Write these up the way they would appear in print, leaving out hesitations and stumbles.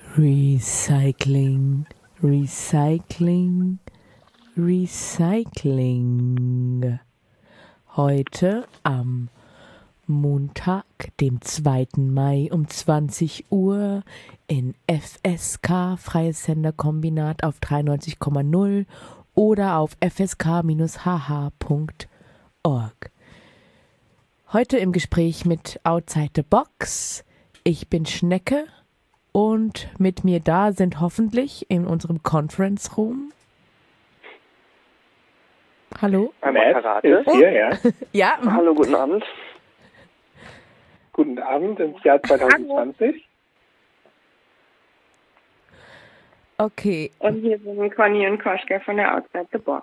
Recycling, Recycling, Recycling. Heute am Montag, dem 2. Mai um 20 Uhr in FSK, Freies Senderkombinat auf 93,0 oder auf fsk-hh.org. Heute im Gespräch mit Outside the Box. Ich bin Schnecke und mit mir da sind hoffentlich in unserem Conference Room. Hallo? Matt ist hier, ja. Ja. Hallo, guten Abend. Guten Abend ins Jahr 2020. Okay. Und hier sind Conny und Koschka von der Outside the Box.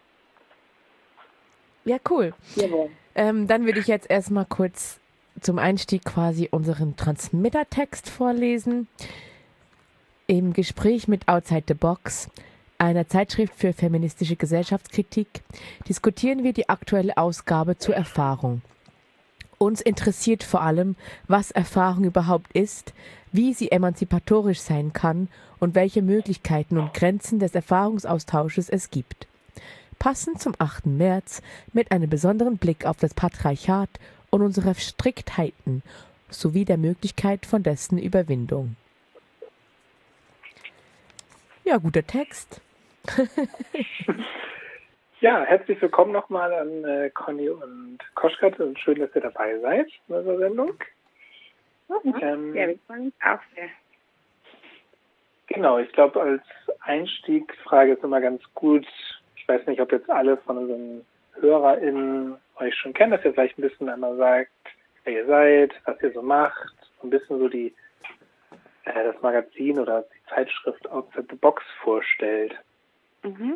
Ja, cool. Jawohl. Dann würde ich jetzt erstmal kurz zum Einstieg quasi unseren Transmittertext vorlesen. Im Gespräch mit Outside the Box, einer Zeitschrift für feministische Gesellschaftskritik, diskutieren wir die aktuelle Ausgabe zur Erfahrung. Uns interessiert vor allem, was Erfahrung überhaupt ist, wie sie emanzipatorisch sein kann und welche Möglichkeiten und Grenzen des Erfahrungsaustausches es gibt. Passend zum 8. März mit einem besonderen Blick auf das Patriarchat und unsere Striktheiten sowie der Möglichkeit von dessen Überwindung. Ja, guter Text. Ja, herzlich willkommen nochmal an Conny und Koschka und schön, dass ihr dabei seid in unserer Sendung. Ja, wir freuen uns auch sehr. Genau, ich glaube, als Einstiegsfrage ist immer ganz gut, ich weiß nicht, ob jetzt alle von unseren HörerInnen euch schon kennen, dass ihr vielleicht ein bisschen einmal sagt, wer ihr seid, was ihr so macht, ein bisschen so das Magazin oder die Zeitschrift Outside the Box vorstellt. Mhm.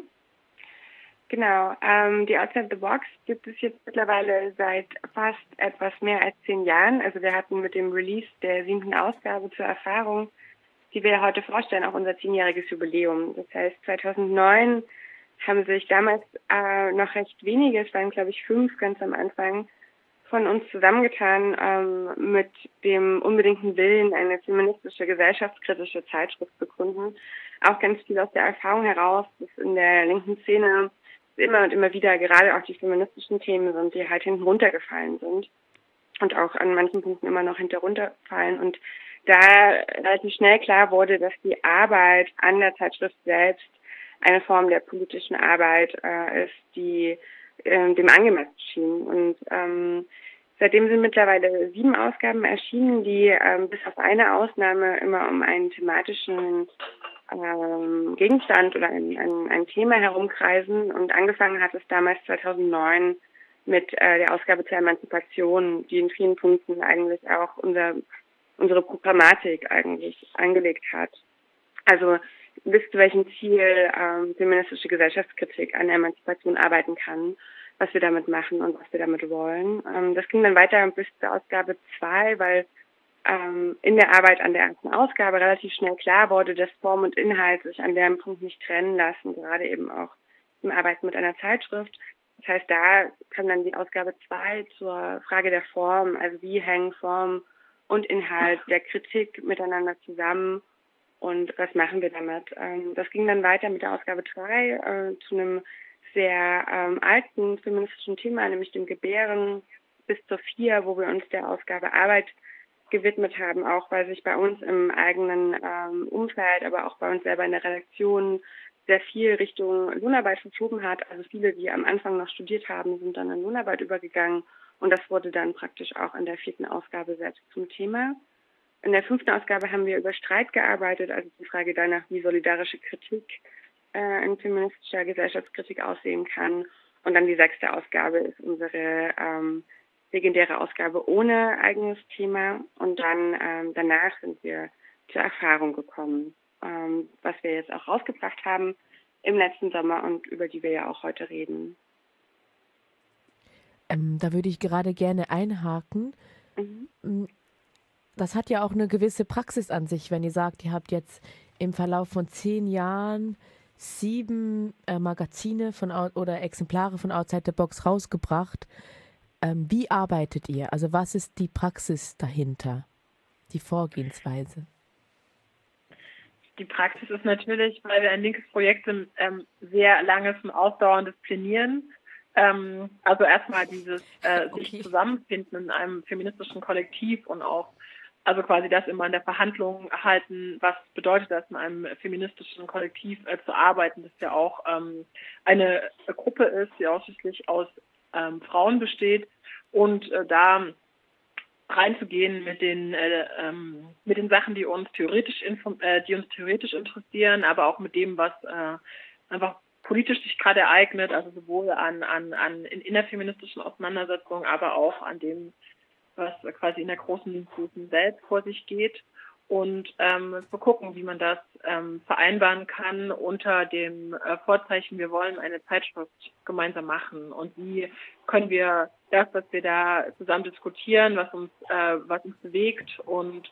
Genau, die Outside the Box gibt es jetzt mittlerweile seit fast etwas mehr als 10 Jahren. Also wir hatten mit dem Release der 7. Ausgabe zur Erfahrung, die wir heute vorstellen, auch unser 10-jähriges Jubiläum. Das heißt, 2009 haben sich damals noch recht wenige, es waren glaube ich 5 ganz am Anfang, von uns zusammengetan, mit dem unbedingten Willen, eine feministische, gesellschaftskritische Zeitschrift zu gründen. Auch ganz viel aus der Erfahrung heraus, dass in der linken Szene immer und immer wieder gerade auch die feministischen Themen sind, die halt hinten runtergefallen sind und auch an manchen Punkten immer noch hinten runterfallen. Und da relativ schnell klar wurde, dass die Arbeit an der Zeitschrift selbst eine Form der politischen Arbeit ist, die dem angemessen schien. Und seitdem sind mittlerweile 7 Ausgaben erschienen, die bis auf eine Ausnahme immer um einen thematischen Gegenstand oder ein Thema herumkreisen. Und angefangen hat es damals 2009 mit der Ausgabe zur Emanzipation, die in vielen Punkten eigentlich auch unsere Programmatik eigentlich angelegt hat. Also bis zu welchem Ziel feministische Gesellschaftskritik an Emanzipation arbeiten kann, was wir damit machen und was wir damit wollen. Das ging dann weiter bis zur Ausgabe 2, weil in der Arbeit an der ersten Ausgabe relativ schnell klar wurde, dass Form und Inhalt sich an dem Punkt nicht trennen lassen, gerade eben auch im Arbeiten mit einer Zeitschrift. Das heißt, da kam dann die Ausgabe 2 zur Frage der Form, also wie hängen Form und Inhalt der Kritik miteinander zusammen und was machen wir damit? Das ging dann weiter mit der Ausgabe 3 zu einem sehr alten feministischen Thema, nämlich dem Gebären bis zur 4, wo wir uns der Ausgabe Arbeit gewidmet haben, auch weil sich bei uns im eigenen Umfeld, aber auch bei uns selber in der Redaktion sehr viel Richtung Lohnarbeit verschoben hat. Also viele, die am Anfang noch studiert haben, sind dann in Lohnarbeit übergegangen und das wurde dann praktisch auch in der 4. Ausgabe selbst zum Thema. In der 5. Ausgabe haben wir über Streit gearbeitet, also die Frage danach, wie solidarische Kritik in feministischer Gesellschaftskritik aussehen kann. Und dann die 6. Ausgabe ist unsere legendäre Ausgabe ohne eigenes Thema. Und dann danach sind wir zur Erfahrung gekommen, was wir jetzt auch rausgebracht haben im letzten Sommer und über die wir ja auch heute reden. Da würde ich gerade gerne einhaken. Mhm. Das hat ja auch eine gewisse Praxis an sich, wenn ihr sagt, ihr habt jetzt im Verlauf von 10 Jahren 7 Magazine oder Exemplare von Outside the Box rausgebracht. Wie arbeitet ihr? Also was ist die Praxis dahinter, die Vorgehensweise? Die Praxis ist natürlich, weil wir ein linkes Projekt sind, sehr langes und ausdauerndes Planieren. Also erstmal dieses sich zusammenfinden in einem feministischen Kollektiv und auch also quasi das immer in der Verhandlung halten, was bedeutet das, in einem feministischen Kollektiv zu arbeiten, das ja auch eine Gruppe ist, die ausschließlich aus Frauen besteht und da reinzugehen mit den Sachen, die uns theoretisch interessieren, aber auch mit dem, was einfach politisch sich gerade ereignet, also sowohl in innerfeministischen Auseinandersetzungen, aber auch an dem, was quasi in der großen Welt vor sich geht und zu gucken, wie man das vereinbaren kann unter dem Vorzeichen, wir wollen eine Zeitschrift gemeinsam machen und wie können wir das, was wir da zusammen diskutieren, was uns bewegt und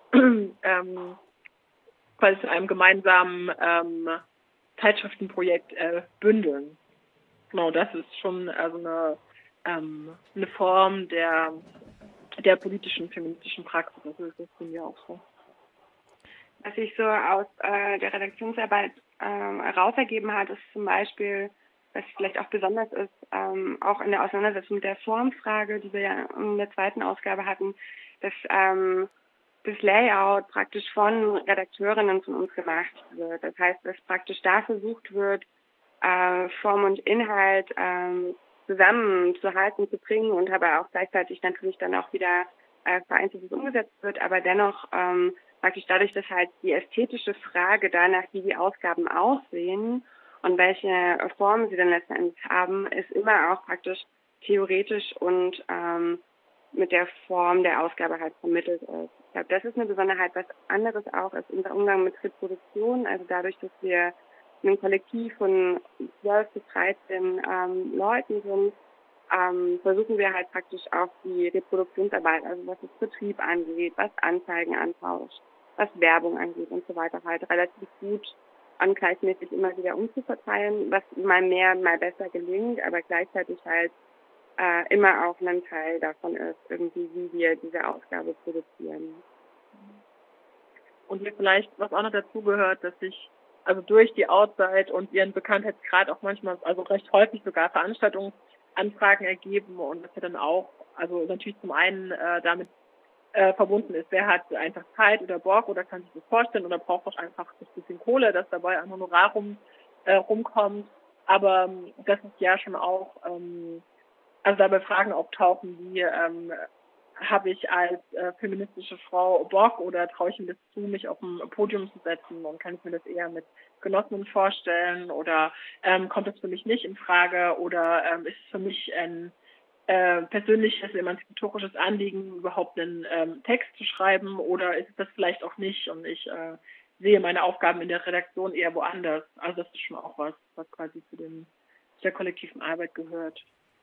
quasi zu einem gemeinsamen Zeitschriftenprojekt bündeln. Genau, das ist schon also eine Form der politischen, feministischen Praxis. Also das sehen wir auch so. Was sich so aus der Redaktionsarbeit heraus ergeben hat, ist zum Beispiel, was vielleicht auch besonders ist, auch in der Auseinandersetzung mit der Formfrage, die wir ja in der zweiten Ausgabe hatten, dass das Layout praktisch von Redakteurinnen von uns gemacht wird. Das heißt, dass praktisch da versucht wird, Form und Inhalt zusammenzuhalten, zu bringen und aber auch gleichzeitig natürlich dann auch wieder vereinzelt umgesetzt wird, aber dennoch praktisch dadurch, dass halt die ästhetische Frage danach, wie die Ausgaben aussehen und welche Formen sie dann letzten Endes haben, ist immer auch praktisch theoretisch und mit der Form der Ausgabe halt vermittelt ist. Ich glaube, das ist eine Besonderheit. Was anderes auch ist unser Umgang mit Reproduktion, also dadurch, dass wir ein Kollektiv von 12 bis 13 Leuten sind, versuchen wir halt praktisch auch die Reproduktionsarbeit, also was das Vertrieb angeht, was Anzeigen antauscht, was Werbung angeht und so weiter, halt relativ gut und gleichmäßig immer wieder umzuverteilen, was mal mehr, mal besser gelingt, aber gleichzeitig halt immer auch ein Teil davon ist, irgendwie, wie wir diese Ausgabe produzieren. Und hier vielleicht, was auch noch dazugehört, dass sich also durch die Outside und ihren Bekanntheitsgrad auch manchmal, also recht häufig sogar Veranstaltungsanfragen ergeben und das ja dann auch, also natürlich zum einen damit verbunden ist, wer hat einfach Zeit oder Bock oder kann sich das vorstellen oder braucht auch einfach ein bisschen Kohle, dass dabei ein Honorar rumkommt, aber das ist ja schon auch, also dabei Fragen auftauchen wie, habe ich als feministische Frau Bock oder traue ich mir das zu, mich auf ein Podium zu setzen und kann ich mir das eher mit Genossinnen vorstellen oder kommt das für mich nicht in Frage oder ist es für mich ein persönliches, emanzipatorisches Anliegen, überhaupt einen Text zu schreiben oder ist es das vielleicht auch nicht und ich sehe meine Aufgaben in der Redaktion eher woanders. Also das ist schon auch was quasi zu der kollektiven Arbeit gehört.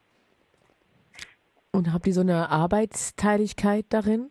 Und habt ihr so eine Arbeitsteiligkeit darin?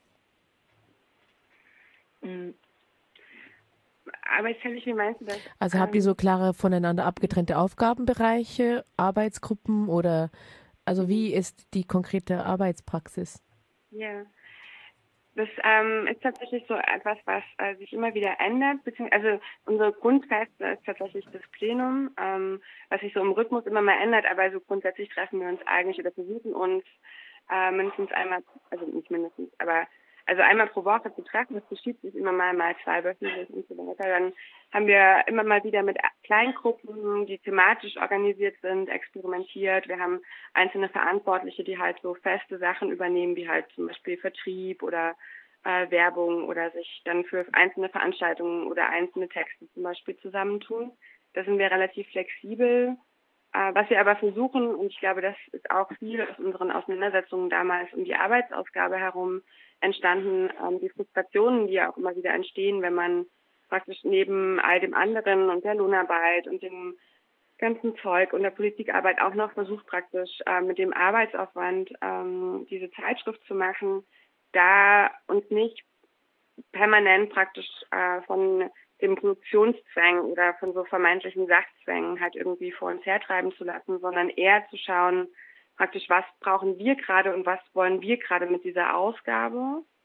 Arbeitsteilig, wie meinst du das? Also habt ihr so klare voneinander abgetrennte Aufgabenbereiche, Arbeitsgruppen oder also wie ist die konkrete Arbeitspraxis? Ja, das ist tatsächlich so etwas, was sich immer wieder ändert. Also unsere Grundfeste ist tatsächlich das Plenum, was sich so im Rhythmus immer mal ändert, aber so grundsätzlich treffen wir uns eigentlich oder versuchen uns mindestens einmal, also nicht mindestens, aber also einmal pro Woche zu treffen. Das geschieht sich immer mal zweiwöchentlich und so weiter. Dann haben wir immer mal wieder mit Kleingruppen, die thematisch organisiert sind, experimentiert. Wir haben einzelne Verantwortliche, die halt so feste Sachen übernehmen, wie halt zum Beispiel Vertrieb oder Werbung oder sich dann für einzelne Veranstaltungen oder einzelne Texte zum Beispiel zusammentun. Da sind wir relativ flexibel. Was wir aber versuchen, und ich glaube, das ist auch viel aus unseren Auseinandersetzungen damals um die Arbeitsausgabe herum entstanden, die Frustrationen, die ja auch immer wieder entstehen, wenn man praktisch neben all dem anderen und der Lohnarbeit und dem ganzen Zeug und der Politikarbeit auch noch versucht praktisch mit dem Arbeitsaufwand diese Zeitschrift zu machen, da uns nicht permanent praktisch von dem Produktionszwang oder von so vermeintlichen Sachzwängen halt irgendwie vor uns hertreiben zu lassen, sondern eher zu schauen, praktisch, was brauchen wir gerade und was wollen wir gerade mit dieser Ausgabe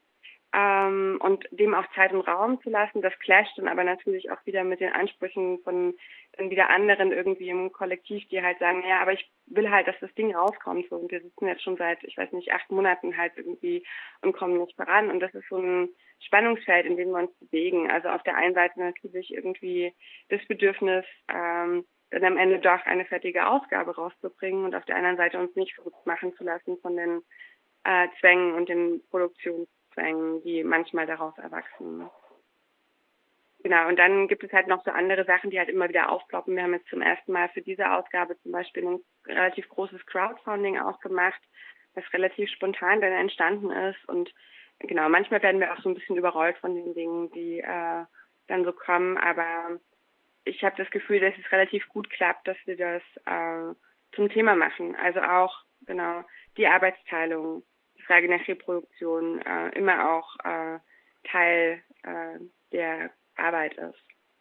und dem auch Zeit und Raum zu lassen. Das clasht dann aber natürlich auch wieder mit den Ansprüchen von dann wieder anderen irgendwie im Kollektiv, die halt sagen, ja, aber ich will halt, dass das Ding rauskommt. So. Und wir sitzen jetzt schon seit, ich weiß nicht, 8 Monaten halt irgendwie und kommen nicht voran. Und das ist so ein Spannungsfeld, in dem wir uns bewegen. Also auf der einen Seite natürlich irgendwie das Bedürfnis, dann am Ende doch eine fertige Ausgabe rauszubringen und auf der anderen Seite uns nicht verrückt machen zu lassen von den Zwängen und den Produktionszwängen, die manchmal daraus erwachsen. Genau, und dann gibt es halt noch so andere Sachen, die halt immer wieder aufploppen. Wir haben jetzt zum ersten Mal für diese Ausgabe zum Beispiel ein relativ großes Crowdfunding auch gemacht, was relativ spontan dann entstanden ist. Und genau, manchmal werden wir auch so ein bisschen überrollt von den Dingen, die dann so kommen. Aber ich habe das Gefühl, dass es relativ gut klappt, dass wir das zum Thema machen. Also auch, genau, die Arbeitsteilung, die Frage nach Reproduktion immer auch Teil der Arbeit ist.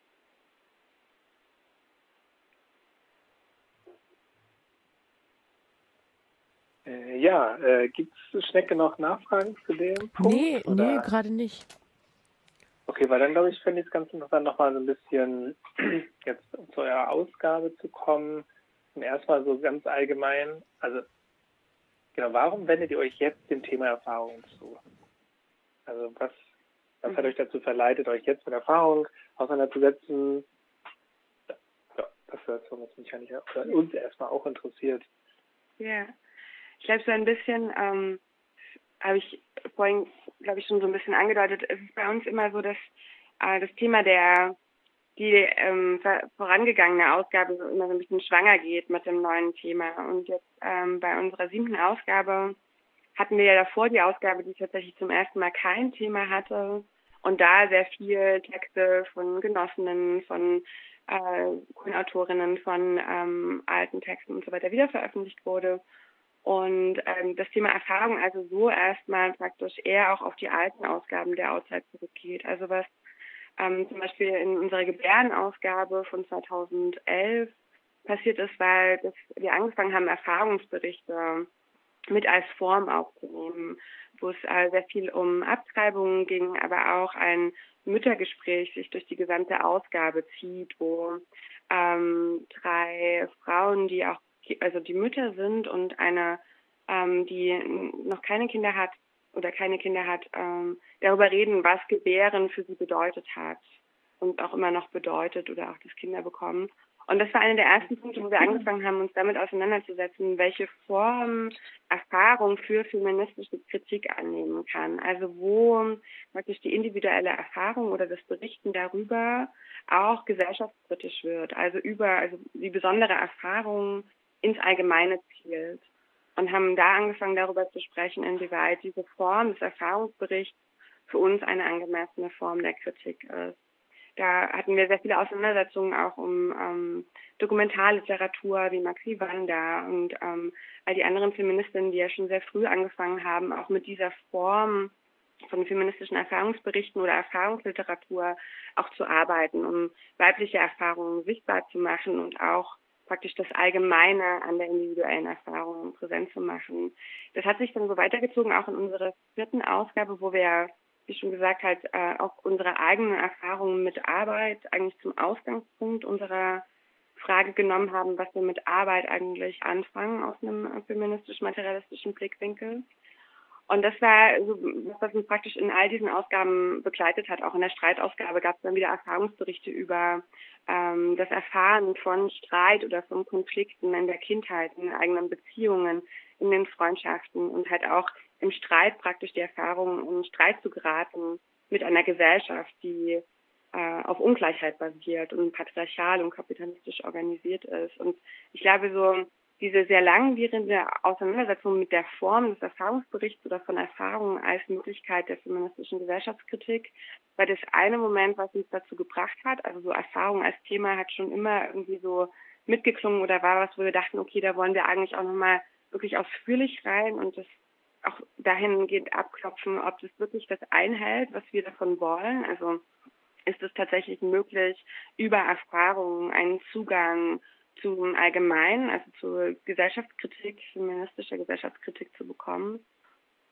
Gibt es, Schnecke, noch Nachfragen zu dem Punkt? Nee, gerade nicht. Okay, weil dann glaube ich, fände ich es ganz interessant, nochmal so ein bisschen jetzt zu eurer Ausgabe zu kommen. Und erstmal so ganz allgemein, also genau, warum wendet ihr euch jetzt dem Thema Erfahrung zu? Also was hat euch dazu verleitet, euch jetzt mit Erfahrung auseinanderzusetzen? Ja, das wäre so, was mich eigentlich uns erstmal auch interessiert. Ja, ich glaube, so ein bisschen habe ich vorhin, glaube ich, schon so ein bisschen angedeutet. Es ist bei uns immer so, dass das Thema die vorangegangene Ausgabe so immer so ein bisschen schwanger geht mit dem neuen Thema. Und jetzt bei unserer 7. Ausgabe hatten wir ja davor die Ausgabe, die tatsächlich zum ersten Mal kein Thema hatte und da sehr viel Texte von Genossinnen, von Autorinnen, von alten Texten und so weiter wieder veröffentlicht wurde. Und das Thema Erfahrung also so erstmal praktisch eher auch auf die alten Ausgaben der Outside zurückgeht. Also was zum Beispiel in unserer Gebärdenausgabe von 2011 passiert ist, weil wir angefangen haben, Erfahrungsberichte mit als Form aufzunehmen, wo es sehr viel um Abtreibungen ging, aber auch ein Müttergespräch sich durch die gesamte Ausgabe zieht, wo 3 Frauen, die auch die Mütter sind und eine, die noch keine Kinder hat oder keine Kinder hat, darüber reden, was Gebären für sie bedeutet hat und auch immer noch bedeutet oder auch das Kinderbekommen. Und das war einer der ersten Punkte, wo wir angefangen haben, uns damit auseinanderzusetzen, welche Form Erfahrung für feministische Kritik annehmen kann. Also wo praktisch die individuelle Erfahrung oder das Berichten darüber auch gesellschaftskritisch wird. Also die besondere Erfahrung ins Allgemeine zielt. Und haben da angefangen, darüber zu sprechen, inwieweit diese Form des Erfahrungsberichts für uns eine angemessene Form der Kritik ist. Da hatten wir sehr viele Auseinandersetzungen auch um Dokumentarliteratur wie Maxi Wanda und all die anderen Feministinnen, die ja schon sehr früh angefangen haben, auch mit dieser Form von feministischen Erfahrungsberichten oder Erfahrungsliteratur auch zu arbeiten, um weibliche Erfahrungen sichtbar zu machen und auch praktisch das Allgemeine an der individuellen Erfahrung präsent zu machen. Das hat sich dann so weitergezogen, auch in unserer 4. Ausgabe, wo wir, wie schon gesagt, halt auch unsere eigenen Erfahrungen mit Arbeit eigentlich zum Ausgangspunkt unserer Frage genommen haben, was wir mit Arbeit eigentlich anfangen aus einem feministisch-materialistischen Blickwinkel. Und das war so, was uns praktisch in all diesen Ausgaben begleitet hat. Auch in der Streitausgabe gab es dann wieder Erfahrungsberichte über das Erfahren von Streit oder von Konflikten in der Kindheit, in den eigenen Beziehungen, in den Freundschaften und halt auch im Streit praktisch die Erfahrung, in Streit zu geraten mit einer Gesellschaft, die auf Ungleichheit basiert und patriarchal und kapitalistisch organisiert ist. Und ich glaube, so diese sehr langwierige Auseinandersetzung mit der Form des Erfahrungsberichts oder von Erfahrungen als Möglichkeit der feministischen Gesellschaftskritik war das eine Moment, was uns dazu gebracht hat. Also so Erfahrung als Thema hat schon immer irgendwie so mitgeklungen oder war was, wo wir dachten, okay, da wollen wir eigentlich auch nochmal wirklich ausführlich rein und das auch dahingehend abklopfen, ob das wirklich das einhält, was wir davon wollen. Also ist es tatsächlich möglich, über Erfahrungen einen Zugang zum Allgemeinen, also zur Gesellschaftskritik, feministischer Gesellschaftskritik zu bekommen.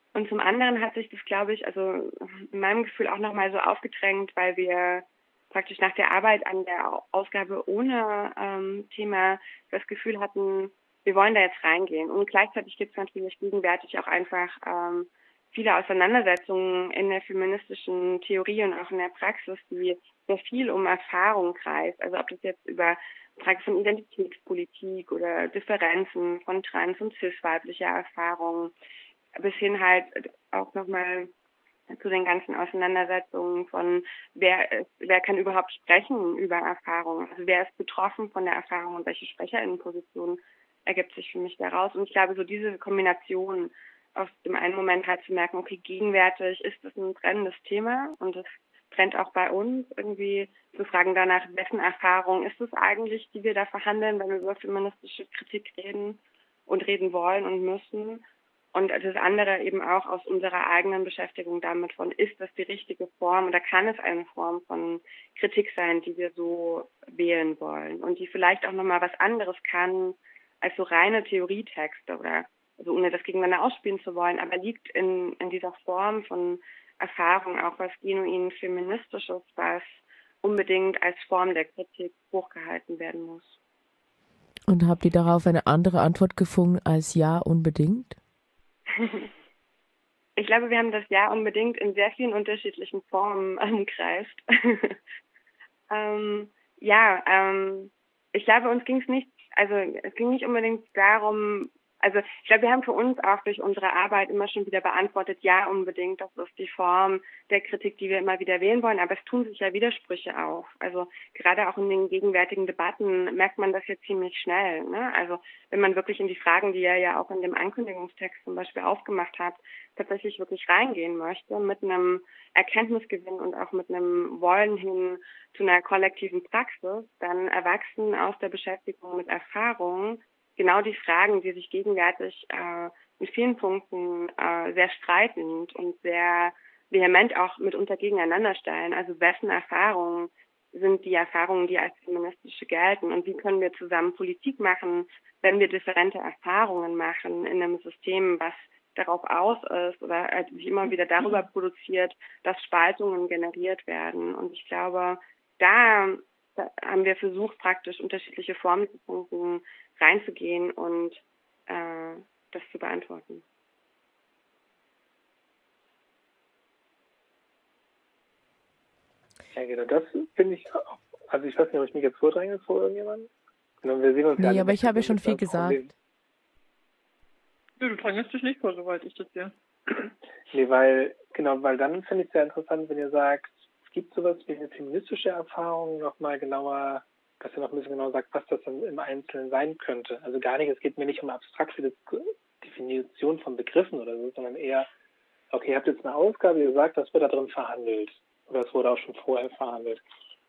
Und zum anderen hat sich das, glaube ich, also in meinem Gefühl auch nochmal so aufgedrängt, weil wir praktisch nach der Arbeit an der Ausgabe ohne Thema das Gefühl hatten, wir wollen da jetzt reingehen. Und gleichzeitig gibt es natürlich gegenwärtig auch einfach viele Auseinandersetzungen in der feministischen Theorie und auch in der Praxis, die sehr viel um Erfahrung kreist. Also ob das jetzt über Frage von Identitätspolitik oder Differenzen von trans- und cis-weiblicher Erfahrung bis hin halt auch nochmal zu den ganzen Auseinandersetzungen von wer kann überhaupt sprechen über Erfahrung, also wer ist betroffen von der Erfahrung und welche SprecherInnenposition ergibt sich für mich daraus. Und ich glaube, so diese Kombination aus dem einen Moment halt zu merken, okay, gegenwärtig ist das ein brennendes Thema und es brennt auch bei uns, irgendwie zu fragen danach, wessen Erfahrung ist es eigentlich, die wir da verhandeln, wenn wir über feministische Kritik reden und reden wollen und müssen. Und das andere eben auch aus unserer eigenen Beschäftigung damit von, ist das die richtige Form oder kann es eine Form von Kritik sein, die wir so wählen wollen und die vielleicht auch nochmal was anderes kann als so reine Theorietexte oder also ohne das gegeneinander ausspielen zu wollen, aber liegt in dieser Form von Erfahrung auch was genuin Feministisches, was unbedingt als Form der Kritik hochgehalten werden muss. Und habt ihr darauf eine andere Antwort gefunden als ja, unbedingt? Ich glaube, wir haben das Ja unbedingt in sehr vielen unterschiedlichen Formen umkreist. Ich glaube, uns ging es nicht, also es ging nicht unbedingt darum, also ich glaube, wir haben für uns auch durch unsere Arbeit immer schon wieder beantwortet, ja, unbedingt, das ist die Form der Kritik, die wir immer wieder wählen wollen, aber es tun sich ja Widersprüche auf. Also gerade auch in den gegenwärtigen Debatten merkt man das jetzt ziemlich schnell, ne? Also wenn man wirklich in die Fragen, die ihr ja auch in dem Ankündigungstext zum Beispiel aufgemacht habt, tatsächlich wirklich reingehen möchte, mit einem Erkenntnisgewinn und auch mit einem Wollen hin zu einer kollektiven Praxis, dann erwachsen aus der Beschäftigung mit Erfahrungen genau die Fragen, die sich gegenwärtig in vielen Punkten sehr streitend und sehr vehement auch mitunter gegeneinander stellen. Also wessen Erfahrungen sind die Erfahrungen, die als feministische gelten und wie können wir zusammen Politik machen, wenn wir differente Erfahrungen machen in einem System, was darauf aus ist oder sich immer wieder darüber produziert, dass Spaltungen generiert werden. Und ich glaube, da haben wir versucht, praktisch unterschiedliche Formen zu finden, reinzugehen und das zu beantworten. Ja, genau, das finde ich auch, also ich weiß nicht, ob ich mich jetzt vordränge vor irgendjemandem. Genau, wir sehen uns Nee, aber ich habe schon viel gesagt. Ja, du drängst dich nicht vor, soweit ich das sehe. Nee, weil dann finde ich es sehr interessant, wenn ihr sagt, es gibt sowas wie eine feministische Erfahrung, nochmal genauer, dass ihr noch ein bisschen genauer sagt, was das dann im Einzelnen sein könnte. Also gar nicht, es geht mir nicht um abstrakte Definition von Begriffen oder so, sondern eher, okay, ihr habt jetzt eine Ausgabe, ihr sagt, das wird da drin verhandelt. Oder es wurde auch schon vorher verhandelt.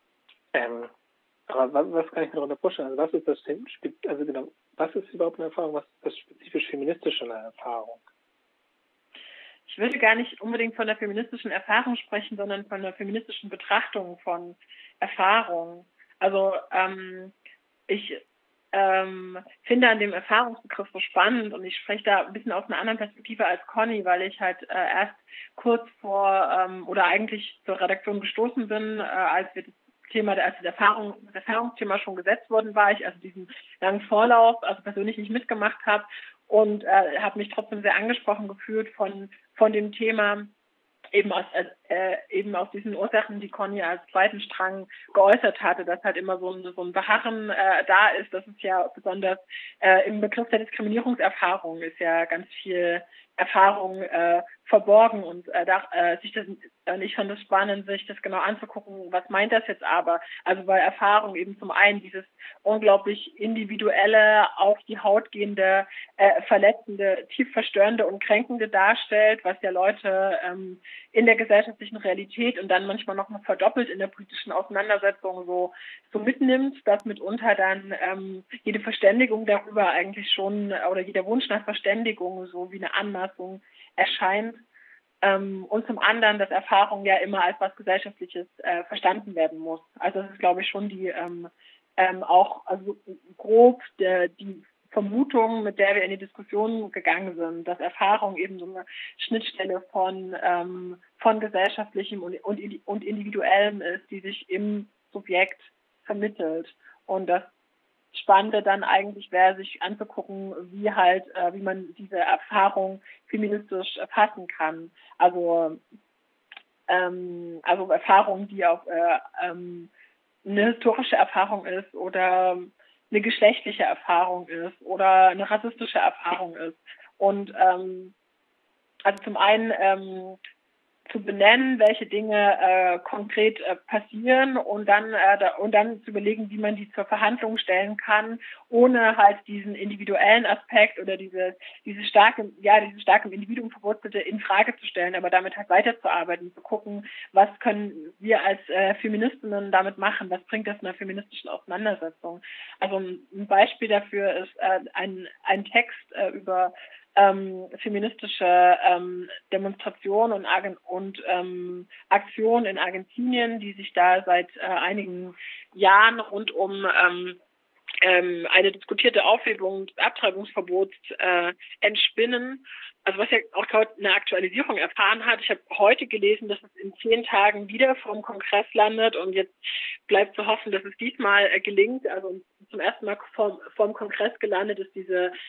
Aber was kann ich mir darunter vorstellen? Also was ist das, also genau, was ist überhaupt eine Erfahrung, was ist das spezifisch feministische eine Erfahrung? Ich würde gar nicht unbedingt von der feministischen Erfahrung sprechen, sondern von der feministischen Betrachtung von Erfahrung. Also ich finde an dem Erfahrungsbegriff so spannend und ich spreche da ein bisschen aus einer anderen Perspektive als Conny, weil ich halt erst kurz vor oder eigentlich zur Redaktion gestoßen bin, als wir das Erfahrungsthema schon gesetzt worden war, ich also diesen langen Vorlauf, also persönlich nicht mitgemacht habe und habe mich trotzdem sehr angesprochen gefühlt von dem Thema, eben aus diesen Ursachen, die Conny als zweiten Strang geäußert hatte, dass halt immer so ein Beharren da ist. Das ist ja besonders im Begriff der Diskriminierungserfahrung ist ja ganz viel Erfahrung verborgen und ich fand es spannend, sich das genau anzugucken, was meint das jetzt aber? Also weil Erfahrung eben zum einen dieses unglaublich individuelle, auf die Haut gehende, verletzende, tief verstörende und kränkende darstellt, was ja Leute in der gesellschaftlichen Realität und dann manchmal noch mal verdoppelt in der politischen Auseinandersetzung so mitnimmt, dass mitunter dann jede Verständigung darüber eigentlich schon oder jeder Wunsch nach Verständigung so wie eine Anmaßung erscheint. Und zum anderen, dass Erfahrung ja immer als was Gesellschaftliches verstanden werden muss. Also das ist, glaube ich, schon die auch also grob die Vermutung, mit der wir in die Diskussion gegangen sind, dass Erfahrung eben so eine Schnittstelle von Gesellschaftlichem und Individuellem ist, die sich im Subjekt vermittelt. Und das Spannende dann eigentlich wäre, sich anzugucken, wie man diese Erfahrung feministisch fassen kann. Also Erfahrung, die auf eine historische Erfahrung ist oder eine geschlechtliche Erfahrung ist oder eine rassistische Erfahrung ist. Und also zum einen zu benennen, welche Diese konkret passieren und dann zu überlegen, wie man die zur Verhandlung stellen kann, ohne halt diesen individuellen Aspekt oder diese stark im Individuum verwurzelte in Frage zu stellen, aber damit halt weiterzuarbeiten, zu gucken, was können wir als Feministinnen damit machen, was bringt das einer feministischen Auseinandersetzung. Also ein Beispiel dafür ist ein Text über feministische Demonstrationen und Aktionen in Argentinien, die sich da seit einigen Jahren rund um eine diskutierte Aufhebung des Abtreibungsverbots entspinnen. Also was ja auch gerade eine Aktualisierung erfahren hat. Ich habe heute gelesen, dass es in 10 Tagen wieder vom Kongress landet und jetzt bleibt zu hoffen, dass es diesmal gelingt. Also zum ersten Mal vom Kongress gelandet ist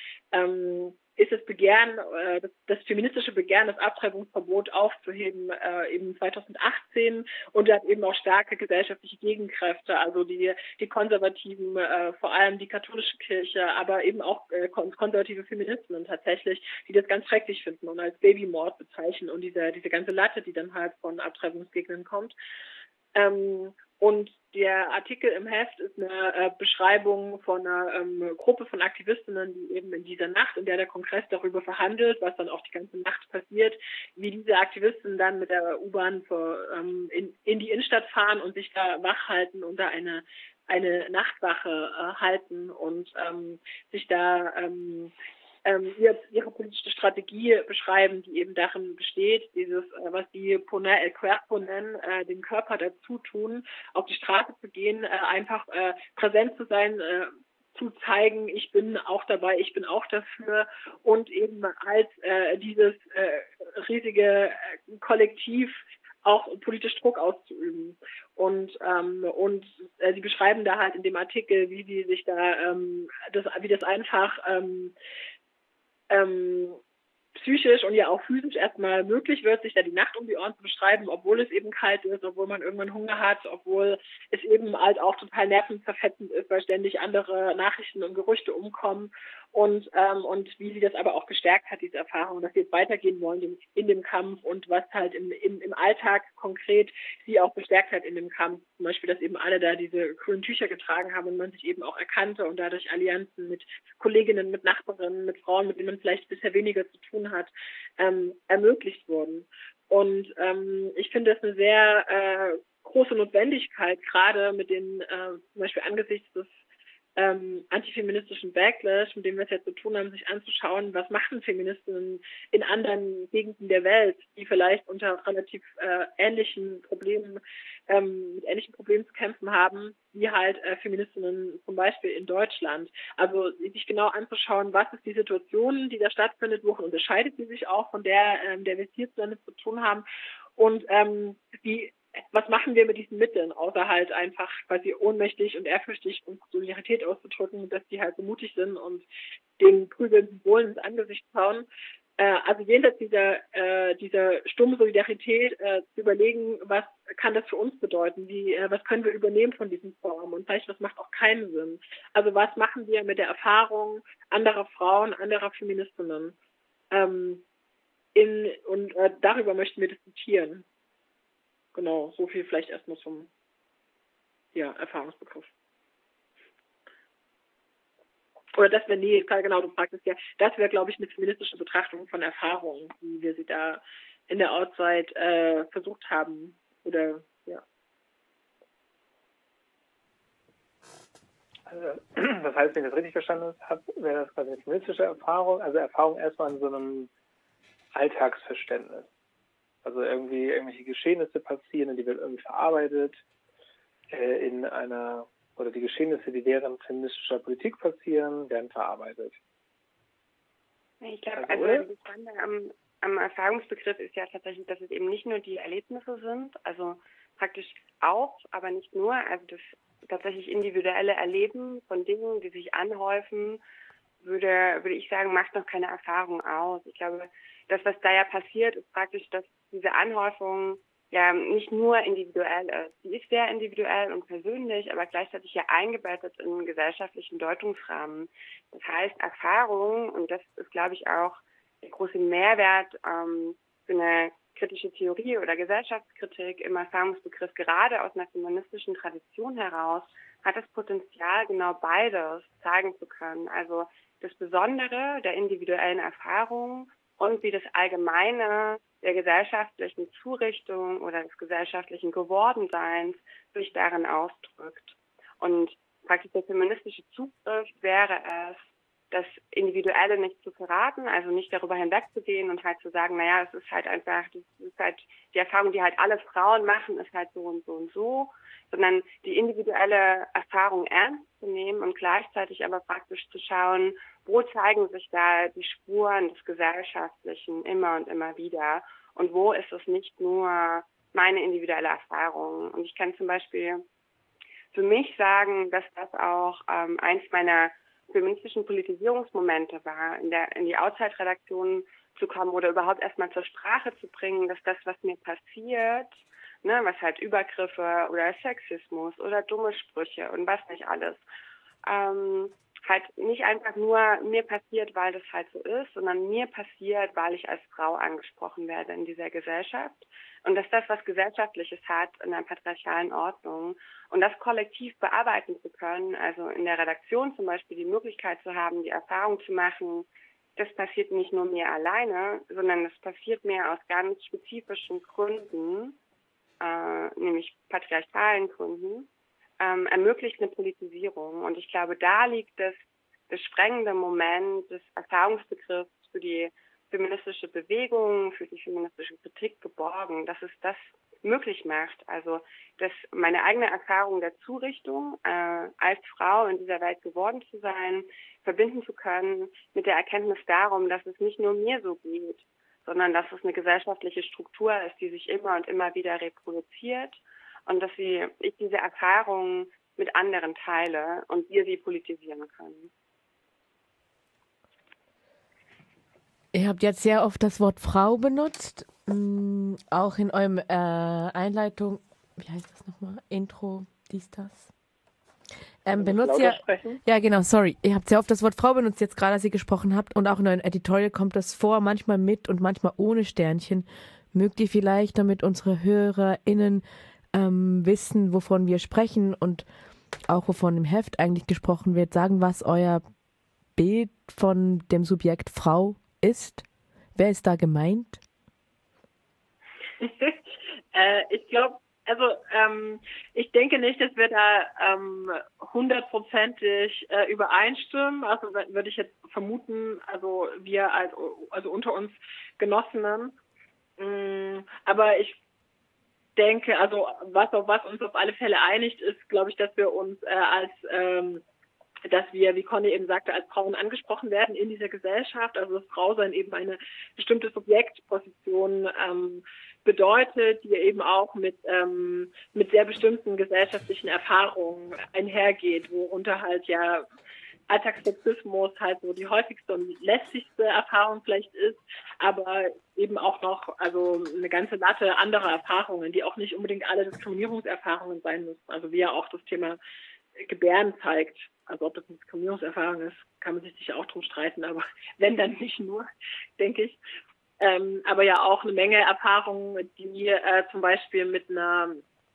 das Begehren, das feministische Begehren, das Abtreibungsverbot aufzuheben, eben 2018 und da hat eben auch starke gesellschaftliche Gegenkräfte, also die Konservativen, vor allem die katholische Kirche, aber eben auch konservative Feministinnen tatsächlich, die das ganz schrecklich finden und als Babymord bezeichnen und diese ganze Latte, die dann halt von Abtreibungsgegnern kommt. Und der Artikel im Heft ist eine Beschreibung von einer Gruppe von Aktivistinnen, die eben in dieser Nacht, in der der Kongress darüber verhandelt, was dann auch die ganze Nacht passiert, wie diese Aktivisten dann mit der U-Bahn in die Innenstadt fahren und sich da wach halten und da eine Nachtwache halten und sich da ihre politische Strategie beschreiben, die eben darin besteht, was die Poner el Cuerpo nennen, den Körper dazu tun, auf die Straße zu gehen, einfach präsent zu sein, zu zeigen, ich bin auch dabei, ich bin auch dafür und eben als dieses riesige Kollektiv auch politisch Druck auszuüben. Und sie beschreiben da halt in dem Artikel, wie sie sich da wie das einfach psychisch und ja auch physisch erstmal möglich wird, sich da die Nacht um die Ohren zu beschreiben, obwohl es eben kalt ist, obwohl man irgendwann Hunger hat, obwohl es eben halt auch total nervenzerfetzend ist, weil ständig andere Nachrichten und Gerüchte umkommen und wie sie das aber auch gestärkt hat, diese Erfahrung, dass sie jetzt weitergehen wollen in dem Kampf und was halt im Alltag konkret sie auch bestärkt hat in dem Kampf. Zum Beispiel, dass eben alle da diese grünen Tücher getragen haben und man sich eben auch erkannte und dadurch Allianzen mit Kolleginnen, mit Nachbarinnen, mit Frauen, mit denen man vielleicht bisher weniger zu tun hat, ermöglicht wurden. Und ich finde das eine sehr große Notwendigkeit, gerade mit den, zum Beispiel angesichts des antifeministischen Backlash, mit dem wir es jetzt zu tun haben, sich anzuschauen, was machen Feministinnen in anderen Gegenden der Welt, die vielleicht unter relativ ähnlichen Problemen zu kämpfen haben, wie halt Feministinnen zum Beispiel in Deutschland. Also sich genau anzuschauen, was ist die Situation, die da stattfindet, worin unterscheidet sie sich auch von der wir es hierzulande zu tun haben und was machen wir mit diesen Mitteln, außer halt einfach quasi ohnmächtig und ehrfürchtig und Solidarität auszudrücken, dass die halt so mutig sind und den prügelnden Symbolen ins Angesicht schauen. Also jenseits dieser stummen Solidarität zu überlegen, was kann das für uns bedeuten, was können wir übernehmen von diesen Formen und vielleicht was macht auch keinen Sinn. Also was machen wir mit der Erfahrung anderer Frauen, anderer Feministinnen? Darüber möchten wir diskutieren. Genau, so viel vielleicht erstmal zum Erfahrungsbegriff. Oder das wäre, genau, du fragtest ja, das wäre, glaube ich, eine feministische Betrachtung von Erfahrungen, wie wir sie da in der Outside versucht haben. Oder, ja. Also, das heißt, wenn ich das richtig verstanden habe, wäre das quasi eine feministische Erfahrung, also Erfahrung erstmal in so einem Alltagsverständnis. Also irgendwelche Geschehnisse passieren, die wird irgendwie verarbeitet in einer oder die Geschehnisse, die während feministischer Politik passieren, werden verarbeitet. Ich glaube, also das Spannende am Erfahrungsbegriff ist ja tatsächlich, dass es eben nicht nur die Erlebnisse sind, also praktisch auch, aber nicht nur, also das tatsächlich individuelle Erleben von Dingen, die sich anhäufen, würde ich sagen, macht noch keine Erfahrung aus. Ich glaube, das, was da ja passiert, ist praktisch, dass diese Anhäufung ja nicht nur individuell ist. Die ist sehr individuell und persönlich, aber gleichzeitig ja eingebettet in einen gesellschaftlichen Deutungsrahmen. Das heißt, Erfahrung, und das ist, glaube ich, auch der große Mehrwert für eine kritische Theorie oder Gesellschaftskritik im Erfahrungsbegriff, gerade aus einer feministischen Tradition heraus, hat das Potenzial, genau beides zeigen zu können. Also das Besondere der individuellen Erfahrung und wie das Allgemeine der gesellschaftlichen Zurichtung oder des gesellschaftlichen Gewordenseins sich darin ausdrückt. Und praktisch der feministische Zugriff wäre es, das Individuelle nicht zu verraten, also nicht darüber hinwegzugehen und halt zu sagen, naja, es ist halt einfach, das ist halt die Erfahrung, die halt alle Frauen machen, ist halt so und so und so, sondern die individuelle Erfahrung ernst zu nehmen und gleichzeitig aber praktisch zu schauen, wo zeigen sich da die Spuren des Gesellschaftlichen immer und immer wieder und wo ist es nicht nur meine individuelle Erfahrung. Und ich kann zum Beispiel für mich sagen, dass das auch eins meiner feministischen Politisierungsmomente war, in die Outside-Redaktion zu kommen oder überhaupt erstmal zur Sprache zu bringen, dass das, was mir passiert, ne, was halt Übergriffe oder Sexismus oder dumme Sprüche und was nicht alles, halt nicht einfach nur mir passiert, weil das halt so ist, sondern mir passiert, weil ich als Frau angesprochen werde in dieser Gesellschaft. Und dass das was Gesellschaftliches hat in einer patriarchalen Ordnung. Und das kollektiv bearbeiten zu können, also in der Redaktion zum Beispiel die Möglichkeit zu haben, die Erfahrung zu machen, das passiert nicht nur mir alleine, sondern das passiert mir aus ganz spezifischen Gründen, nämlich patriarchalen Gründen, ermöglicht eine Politisierung. Und ich glaube, da liegt das sprengende Moment des Erfahrungsbegriffs für die feministische Bewegung, für die feministische Kritik geborgen, dass es das möglich macht. Also, dass meine eigene Erfahrung der Zurichtung, als Frau in dieser Welt geworden zu sein, verbinden zu können mit der Erkenntnis darum, dass es nicht nur mir so geht, sondern dass es eine gesellschaftliche Struktur ist, die sich immer und immer wieder reproduziert und dass ich diese Erfahrung mit anderen teile und wir sie politisieren können. Ihr habt jetzt sehr oft das Wort Frau benutzt, auch in eurem Einleitung, wie heißt das nochmal? Intro, das. Benutzt ihr, ja genau, sorry, ihr habt sehr oft das Wort Frau benutzt, jetzt gerade als ihr gesprochen habt und auch in eurem Editorial kommt das vor, manchmal mit und manchmal ohne Sternchen. Mögt ihr vielleicht, damit unsere HörerInnen wissen, wovon wir sprechen und auch wovon im Heft eigentlich gesprochen wird, sagen, was euer Bild von dem Subjekt Frau ist? Wer ist da gemeint? Ich glaube, ich denke nicht, dass wir da 100%ig übereinstimmen. Also würde ich jetzt vermuten, also wir also unter uns Genossinnen. Aber ich denke, also was uns auf alle Fälle einigt, ist, glaube ich, dass wir uns dass wir, wie Conny eben sagte, als Frauen angesprochen werden in dieser Gesellschaft, also das Frausein eben eine bestimmte Subjektposition bedeutet, die eben auch mit sehr bestimmten gesellschaftlichen Erfahrungen einhergeht, worunter halt ja Alltagssexismus halt so die häufigste und lästigste Erfahrung vielleicht ist, aber eben auch noch also eine ganze Latte anderer Erfahrungen, die auch nicht unbedingt alle Diskriminierungserfahrungen sein müssen. Also wie ja auch das Thema Gebären zeigt. Also ob das eine Diskriminierungserfahrung ist, kann man sich sicher auch drum streiten, aber wenn, dann nicht nur, denke ich. Aber ja auch eine Menge Erfahrungen, die zum Beispiel mit einer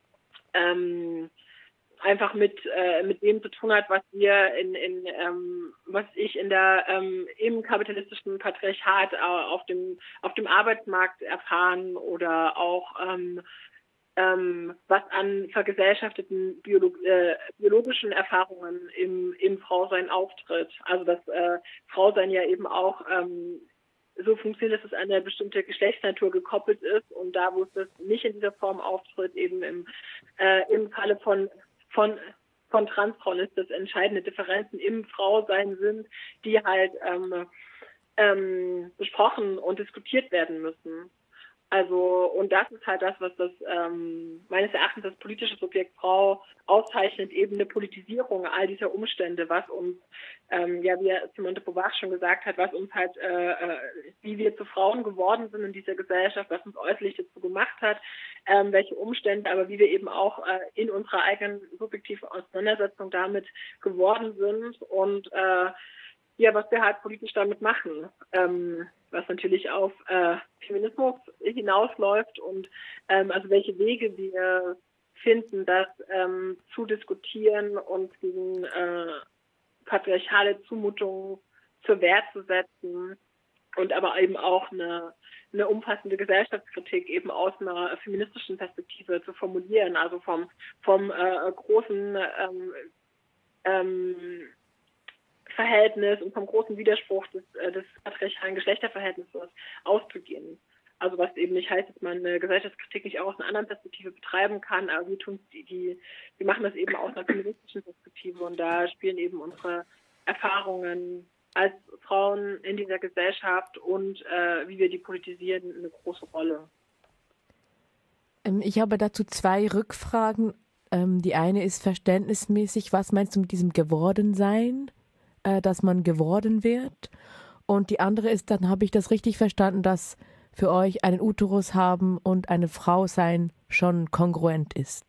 einfach mit dem zu tun hat, was wir was ich in der im kapitalistischen Patriarchat auf dem Arbeitsmarkt erfahren oder auch was an vergesellschafteten biologischen Erfahrungen im Frausein auftritt. Also dass Frausein ja eben auch so funktioniert, dass es an eine bestimmte Geschlechtsnatur gekoppelt ist und da, wo es das nicht in dieser Form auftritt, eben im Falle von von Transfrauen ist, dass entscheidende Differenzen im Frausein sind, die halt besprochen und diskutiert werden müssen. Also, und das ist halt das, was das meines Erachtens das politische Subjekt Frau auszeichnet, eben eine Politisierung all dieser Umstände, was uns, wie Simone de Beauvoir schon gesagt hat, was uns halt, wie wir zu Frauen geworden sind in dieser Gesellschaft, was uns äußerlich dazu gemacht hat, welche Umstände, aber wie wir eben auch in unserer eigenen subjektiven Auseinandersetzung damit geworden sind und was wir halt politisch damit machen, was natürlich auf Feminismus hinausläuft und also welche Wege wir finden, das zu diskutieren und gegen patriarchale Zumutungen zur Wehr zu setzen und aber eben auch eine umfassende Gesellschaftskritik eben aus einer feministischen Perspektive zu formulieren, also vom großen Verhältnis und vom großen Widerspruch des patriarchalen Geschlechterverhältnisses auszugehen. Also was eben nicht heißt, dass man eine Gesellschaftskritik nicht auch aus einer anderen Perspektive betreiben kann, aber wir machen das eben aus einer feministischen Perspektive und da spielen eben unsere Erfahrungen als Frauen in dieser Gesellschaft und wie wir die politisieren eine große Rolle. Ich habe dazu 2 Rückfragen. Die eine ist verständnismäßig, was meinst du mit diesem Gewordensein? Dass man geworden wird. Und die andere ist, dann habe ich das richtig verstanden, dass für euch einen Uterus haben und eine Frau sein schon kongruent ist.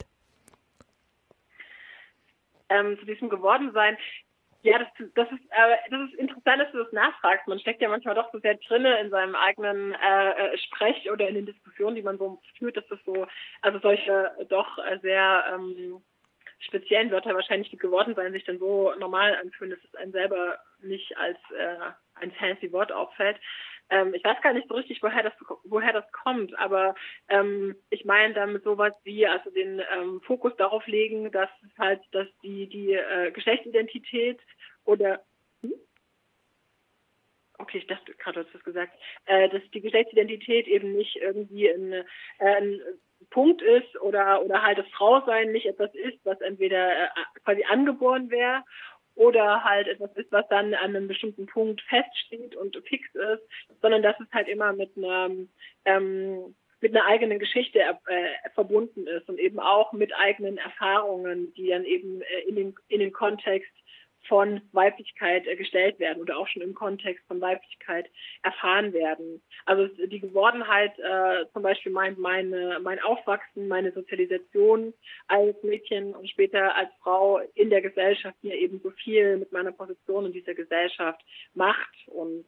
Zu diesem Gewordensein, ja, das ist interessant, dass du das nachfragst. Man steckt ja manchmal doch so sehr drinne in seinem eigenen Sprech oder in den Diskussionen, die man so führt, dass das so, also solche doch sehr speziellen Wörter wahrscheinlich, die geworden sein, sich dann so normal anfühlen, dass es einem selber nicht als ein fancy Wort auffällt. Ich weiß gar nicht so richtig, woher das kommt, aber ich meine damit sowas wie, also den Fokus darauf legen, dass die Geschlechtsidentität oder okay, ich dachte gerade, du hast das gesagt, dass die Geschlechtsidentität eben nicht irgendwie ein Punkt ist oder halt das Frausein nicht etwas ist, was entweder quasi angeboren wäre oder halt etwas ist, was dann an einem bestimmten Punkt feststeht und fix ist, sondern dass es halt immer mit einer eigenen Geschichte verbunden ist und eben auch mit eigenen Erfahrungen, die dann eben in den Kontext von Weiblichkeit gestellt werden oder auch schon im Kontext von Weiblichkeit erfahren werden. Also die Gewordenheit, zum Beispiel mein Aufwachsen, meine Sozialisation als Mädchen und später als Frau in der Gesellschaft mir eben so viel mit meiner Position in dieser Gesellschaft macht und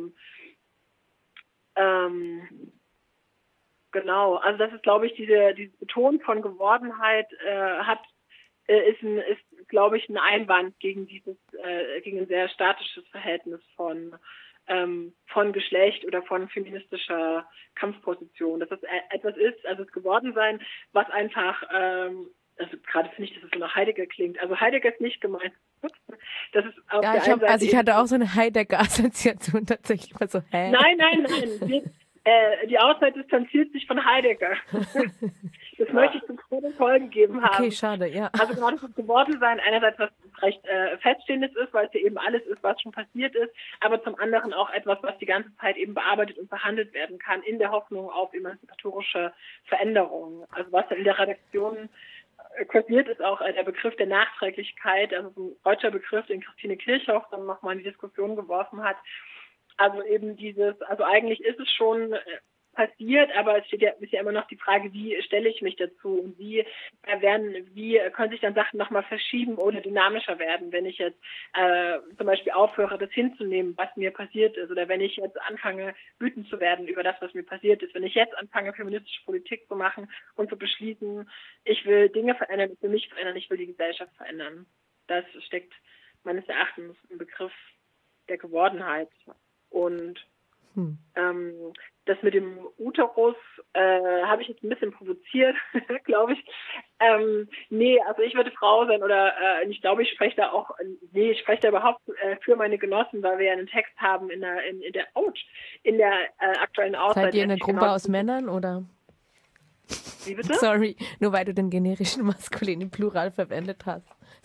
genau, also das ist, glaube ich, diese Betonung von Gewordenheit ist glaube ich, ein Einwand gegen gegen ein sehr statisches Verhältnis von Geschlecht oder von feministischer Kampfposition. Dass das etwas ist, also das Gewordensein, was einfach, also gerade finde ich, dass es so nach Heidegger klingt. Also Heidegger ist nicht gemeint. Das ist auf der einen Seite ich hatte auch so eine Heidegger-Assoziation tatsächlich. So, hä? Nein. Die Auszeit distanziert sich von Heidegger. Das möchte ich zum Protokoll gegeben haben. Okay, schade, ja. Also genau das Gewordensein einerseits was recht Feststehendes ist, weil es ja eben alles ist, was schon passiert ist, aber zum anderen auch etwas, was die ganze Zeit eben bearbeitet und behandelt werden kann, in der Hoffnung auf emanzipatorische Veränderungen. Also was in der Redaktion kursiert, ist auch der Begriff der Nachträglichkeit, also so ein deutscher Begriff, den Christine Kirchhoff dann nochmal in die Diskussion geworfen hat. Also eben also eigentlich ist es schon passiert, aber es ist ja immer noch die Frage, wie stelle ich mich dazu und wie können sich dann Sachen nochmal verschieben oder dynamischer werden, wenn ich jetzt zum Beispiel aufhöre, das hinzunehmen, was mir passiert ist, oder wenn ich jetzt anfange, wütend zu werden über das, was mir passiert ist, wenn ich jetzt anfange, feministische Politik zu machen und zu beschließen, ich will Dinge verändern, ich will mich verändern, ich will die Gesellschaft verändern. Das steckt meines Erachtens im Begriff der Gewordenheit. Und das mit dem Uterus habe ich jetzt ein bisschen provoziert, glaube ich. Nee, also ich würde Frau sein oder ich glaube, ich spreche da überhaupt für meine Genossen, weil wir ja einen Text haben in der aktuellen Auszeit. Seid ihr eine Gruppe aus Männern oder? Wie bitte? Sorry, nur weil du den generischen maskulinen Plural verwendet hast.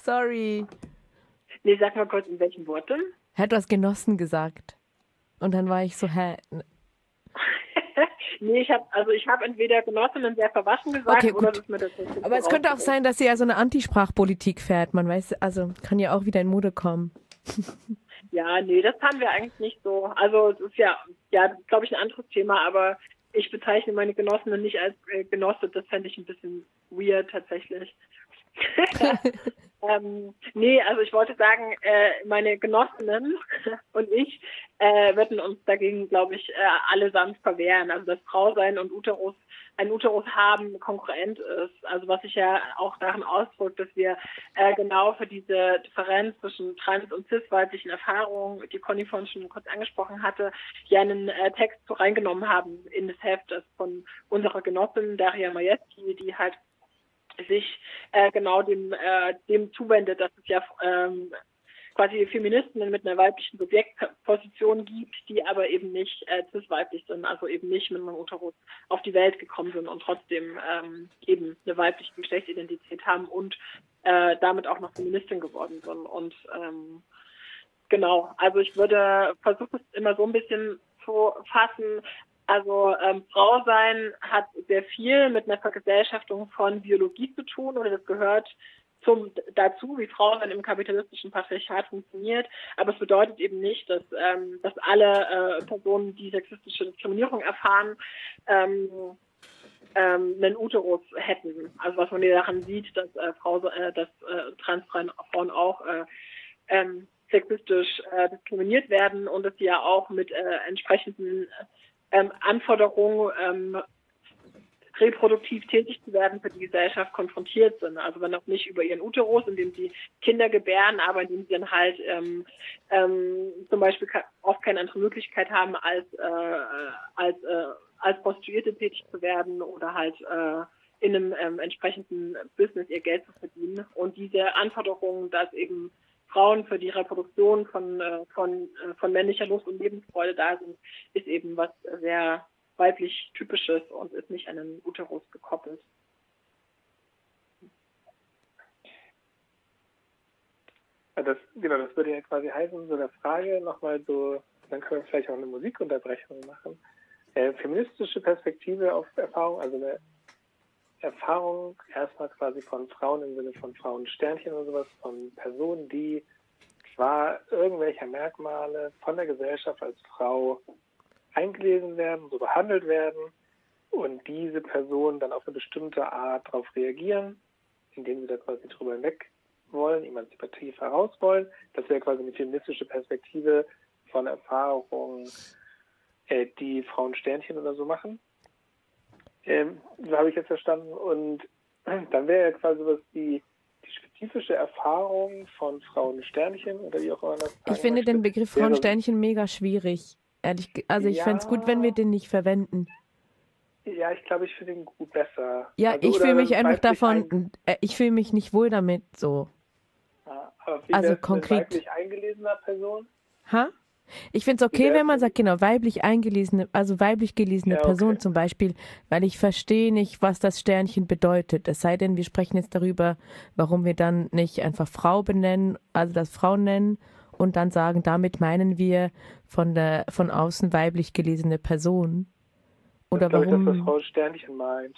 Sorry. Nee, sag mal kurz, in welchen Worten? Du hast Genossen gesagt. Und dann war ich so, Nee, ich habe entweder Genossinnen sehr verwaschen gesagt, okay, oder gut. das ist mir tatsächlich Aber es könnte auch sein, dass sie ja so eine Antisprachpolitik fährt. Man weiß, also kann ja auch wieder in Mode kommen. Ja, nee, das haben wir eigentlich nicht so. Also es ist ja, glaube ich, ein anderes Thema, aber ich bezeichne meine Genossinnen nicht als Genosse. Das fände ich ein bisschen weird tatsächlich. Nee, also ich wollte sagen, meine Genossinnen und ich würden uns dagegen, glaube ich, allesamt verwehren. Also dass Frausein und ein Uterus haben konkurrent ist. Also was sich ja auch darin ausdrückt, dass wir genau für diese Differenz zwischen trans- und cis-weiblichen Erfahrungen, die Conny vorhin schon kurz angesprochen hatte, ja einen Text so reingenommen haben in das Heft, das von unserer Genossin Daria Majewski, die halt sich genau dem zuwendet, dass es ja quasi Feministinnen mit einer weiblichen Subjektposition gibt, die aber eben nicht cis-weiblich sind, also eben nicht mit einem Uterus auf die Welt gekommen sind und trotzdem eben eine weibliche Geschlechtsidentität haben und damit auch noch Feministin geworden sind. Und genau, also ich würde versuchen, es immer so ein bisschen zu fassen. Also Frau sein hat sehr viel mit einer Vergesellschaftung von Biologie zu tun, oder das gehört dazu, wie Frau sein im kapitalistischen Patriarchat funktioniert. Aber es bedeutet eben nicht, dass alle Personen, die sexistische Diskriminierung erfahren, einen Uterus hätten. Also was man ja daran sieht, dass Transfrauen auch sexistisch diskriminiert werden und dass sie ja auch mit entsprechenden Anforderungen, reproduktiv tätig zu werden, für die Gesellschaft konfrontiert sind. Also wenn auch nicht über ihren Uterus, indem sie Kinder gebären, aber indem sie dann halt zum Beispiel oft keine andere Möglichkeit haben, als Prostituierte tätig zu werden oder halt in einem entsprechenden Business ihr Geld zu verdienen. Und diese Anforderungen, dass eben Frauen für die Reproduktion von männlicher Lust und Lebensfreude da sind, ist eben was sehr weiblich Typisches und ist nicht an einen Uterus gekoppelt. Das würde ja quasi heißen, so der Frage nochmal so, dann können wir vielleicht auch eine Musikunterbrechung machen. Feministische Perspektive auf Erfahrung, also eine Erfahrung erstmal quasi von Frauen im Sinne von Frauensternchen oder sowas, von Personen, die zwar irgendwelcher Merkmale von der Gesellschaft als Frau eingelesen werden, so behandelt werden und diese Personen dann auf eine bestimmte Art darauf reagieren, indem sie da quasi drüber hinweg wollen, emanzipativ heraus wollen. Das wäre quasi eine feministische Perspektive von Erfahrungen, die Frauensternchen oder so machen. So habe ich jetzt verstanden. Und dann wäre ja quasi was die spezifische Erfahrung von Frauensternchen oder wie auch immer das. Ich finde den Begriff Frauensternchen mega schwierig. Also ich fände es gut, wenn wir den nicht verwenden. Ja, ich glaube, ich finde ihn gut besser. Ja, also, ich fühle mich einfach davon, ich fühle mich nicht wohl damit so. Ja, aber wie also konkret. Eine weiblich eingelesener Person? Ich finde es okay, wenn man sagt, genau, weiblich gelesene Person zum Beispiel, weil ich verstehe nicht, was das Sternchen bedeutet. Es sei denn, wir sprechen jetzt darüber, warum wir dann nicht einfach Frau benennen, also das Frauen nennen und dann sagen, damit meinen wir von außen weiblich gelesene Person. Oder das warum? Das, was Frau Sternchen meint.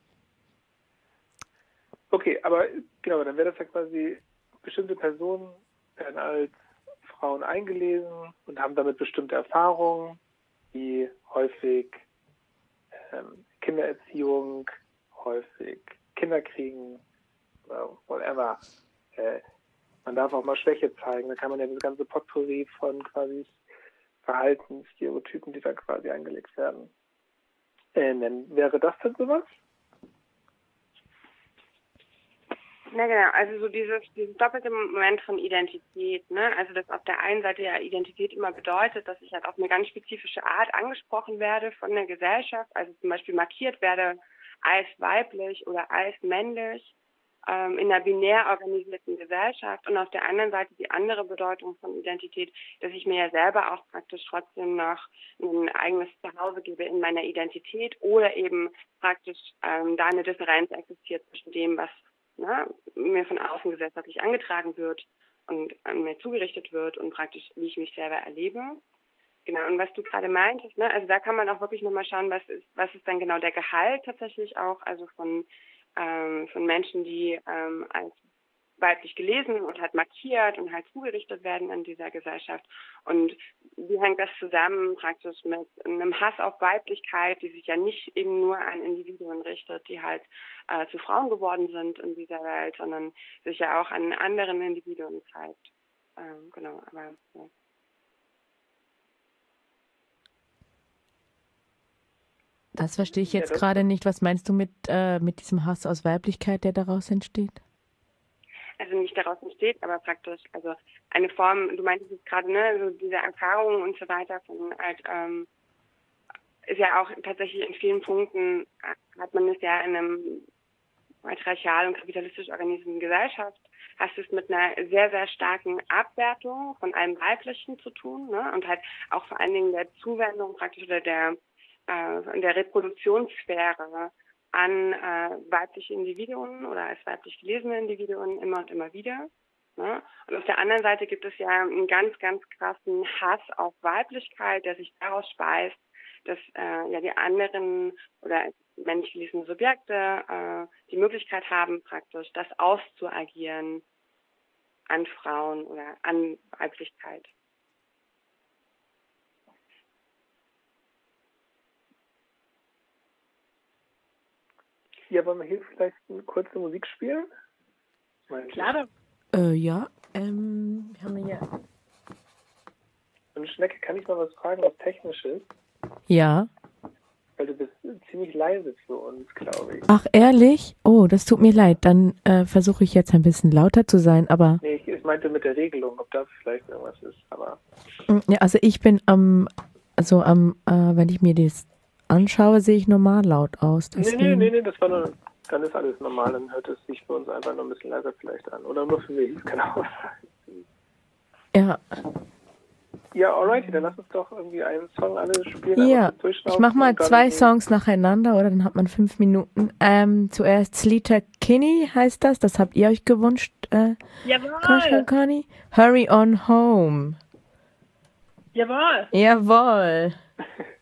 Okay, aber genau, dann wäre das ja quasi, bestimmte Personen werden als Frauen eingelesen und haben damit bestimmte Erfahrungen, wie häufig Kindererziehung, häufig Kinder kriegen, whatever. Man darf auch mal Schwäche zeigen. Da kann man ja das ganze Potpourri von quasi Verhaltensstereotypen, die da quasi eingelegt werden. Wäre das denn sowas? Na genau, also so dieses doppelte Moment von Identität, ne? Also dass auf der einen Seite ja Identität immer bedeutet, dass ich halt auf eine ganz spezifische Art angesprochen werde von der Gesellschaft, also zum Beispiel markiert werde als weiblich oder als männlich in einer binär organisierten Gesellschaft, und auf der anderen Seite die andere Bedeutung von Identität, dass ich mir ja selber auch praktisch trotzdem noch ein eigenes Zuhause gebe in meiner Identität oder eben praktisch da eine Differenz existiert zwischen dem, was mir von außen gesellschaftlich angetragen wird und an mir zugerichtet wird und praktisch, wie ich mich selber erlebe. Genau, und was du gerade meintest, also da kann man auch wirklich nochmal schauen, was ist dann genau der Gehalt tatsächlich auch, also von Menschen, die als weiblich gelesen und halt markiert und halt zugerichtet werden in dieser Gesellschaft. Und wie hängt das zusammen praktisch mit einem Hass auf Weiblichkeit, die sich ja nicht eben nur an Individuen richtet, die halt zu Frauen geworden sind in dieser Welt, sondern sich ja auch an anderen Individuen zeigt. Genau, aber ja. Das verstehe ich jetzt gerade nicht. Was meinst du mit diesem Hass aus Weiblichkeit, der daraus entsteht? Also nicht daraus entsteht, aber praktisch, also eine Form, du meintest jetzt gerade, so diese Erfahrungen und so weiter von halt, ist ja auch tatsächlich in vielen Punkten, hat man es ja in einem patriarchal und kapitalistisch organisierten Gesellschaft, hast es mit einer sehr, sehr starken Abwertung von allem Weiblichen zu tun, und halt auch vor allen Dingen der Zuwendung praktisch oder in der Reproduktionssphäre an weibliche Individuen oder als weiblich gelesene Individuen immer und immer wieder. Ne? Und auf der anderen Seite gibt es ja einen ganz, ganz krassen Hass auf Weiblichkeit, der sich daraus speist, dass die anderen oder männlich gelesene Subjekte die Möglichkeit haben, praktisch das auszuagieren an Frauen oder an Weiblichkeit. Ja, wollen wir hier vielleicht eine kurze Musik spielen? Klar. Ja. Wir haben hier... Und Schnecke, kann ich mal was fragen, was Technisches? Ja. Weil du bist ziemlich leise für uns, glaube ich. Ach, ehrlich? Oh, das tut mir leid. Dann versuche ich jetzt ein bisschen lauter zu sein, aber... Nee, ich meinte mit der Regelung, ob da vielleicht irgendwas ist, aber... Ja, also ich bin wenn ich mir das anschaue, sehe ich normal laut aus. Nee, das war nur... Dann ist alles normal, dann hört es sich für uns einfach nur ein bisschen leiser vielleicht an. Oder nur für mich, genau. Ja. Ja, alrighty, dann lass uns doch irgendwie einen Song alle spielen. Ja, ich mach mal 2 Songs nacheinander, oder? Dann hat man 5 Minuten. Zuerst Sleater Kinney heißt das. Das habt ihr euch gewünscht, Jawohl! Conny? Hurry on Home. Jawohl! Jawohl.